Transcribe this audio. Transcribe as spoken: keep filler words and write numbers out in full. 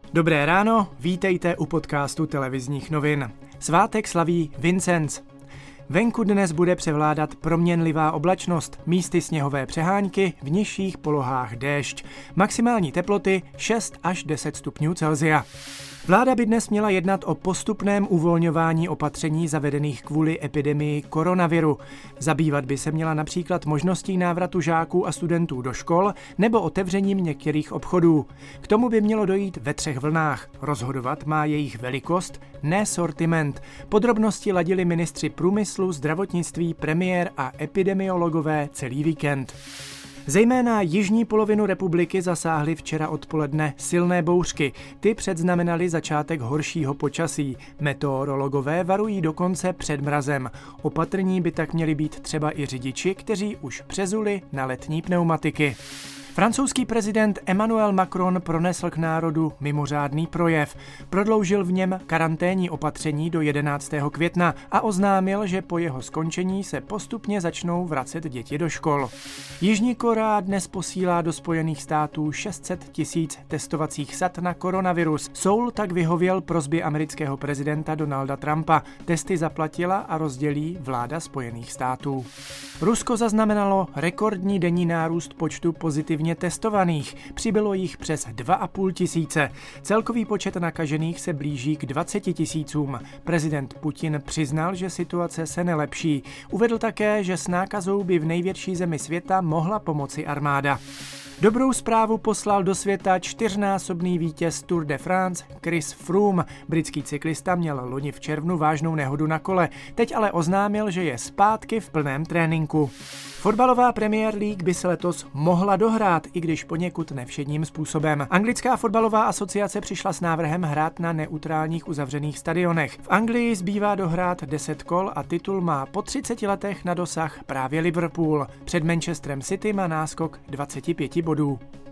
Dobré ráno, vítejte u podcastu televizních novin. Svátek slaví Vincenc. Venku dnes bude převládat proměnlivá oblačnost, místy sněhové přehánky, v nižších polohách déšť. Maximální teploty šest až deset stupňů Celsia. Vláda by dnes měla jednat o postupném uvolňování opatření zavedených kvůli epidemii koronaviru. Zabývat by se měla například možností návratu žáků a studentů do škol nebo otevřením některých obchodů. K tomu by mělo dojít ve třech vlnách. Rozhodovat má jejich velikost, ne sortiment. Podrobnosti ladili ministři průmyslu, zdravotnictví, premiér a epidemiologové celý víkend. Zejména jižní polovinu republiky zasáhly včera odpoledne silné bouřky. Ty předznamenaly začátek horšího počasí. Meteorologové varují dokonce před mrazem. Opatrní by tak měli být třeba i řidiči, kteří už přezuli na letní pneumatiky. Francouzský prezident Emmanuel Macron pronesl k národu mimořádný projev. Prodloužil v něm karanténní opatření do jedenáctého května a oznámil, že po jeho skončení se postupně začnou vracet děti do škol. Jižní Korea dnes posílá do Spojených států šest set tisíc testovacích sad na koronavirus. Seoul tak vyhověl prosbě amerického prezidenta Donalda Trumpa. Testy zaplatila a rozdělí vláda Spojených států. Rusko zaznamenalo rekordní denní nárůst počtu pozitivně testovaných. Přibylo jich přes dva a půl tisíce. Celkový počet nakažených se blíží k dvaceti tisícům. Prezident Putin přiznal, že situace se nelepší. Uvedl také, že s nákazou by v největší zemi světa mohla pomoci armáda. Dobrou zprávu poslal do světa čtyřnásobný vítěz Tour de France Chris Froome. Britský cyklista měl loni v červnu vážnou nehodu na kole, teď ale oznámil, že je zpátky v plném tréninku. Fotbalová Premier League by se letos mohla dohrát, i když poněkud nevšedním způsobem. Anglická fotbalová asociace přišla s návrhem hrát na neutrálních uzavřených stadionech. V Anglii zbývá dohrát deset kol a titul má po třiceti letech na dosah právě Liverpool. Před Manchesterem City má náskok dvaceti pěti bodů.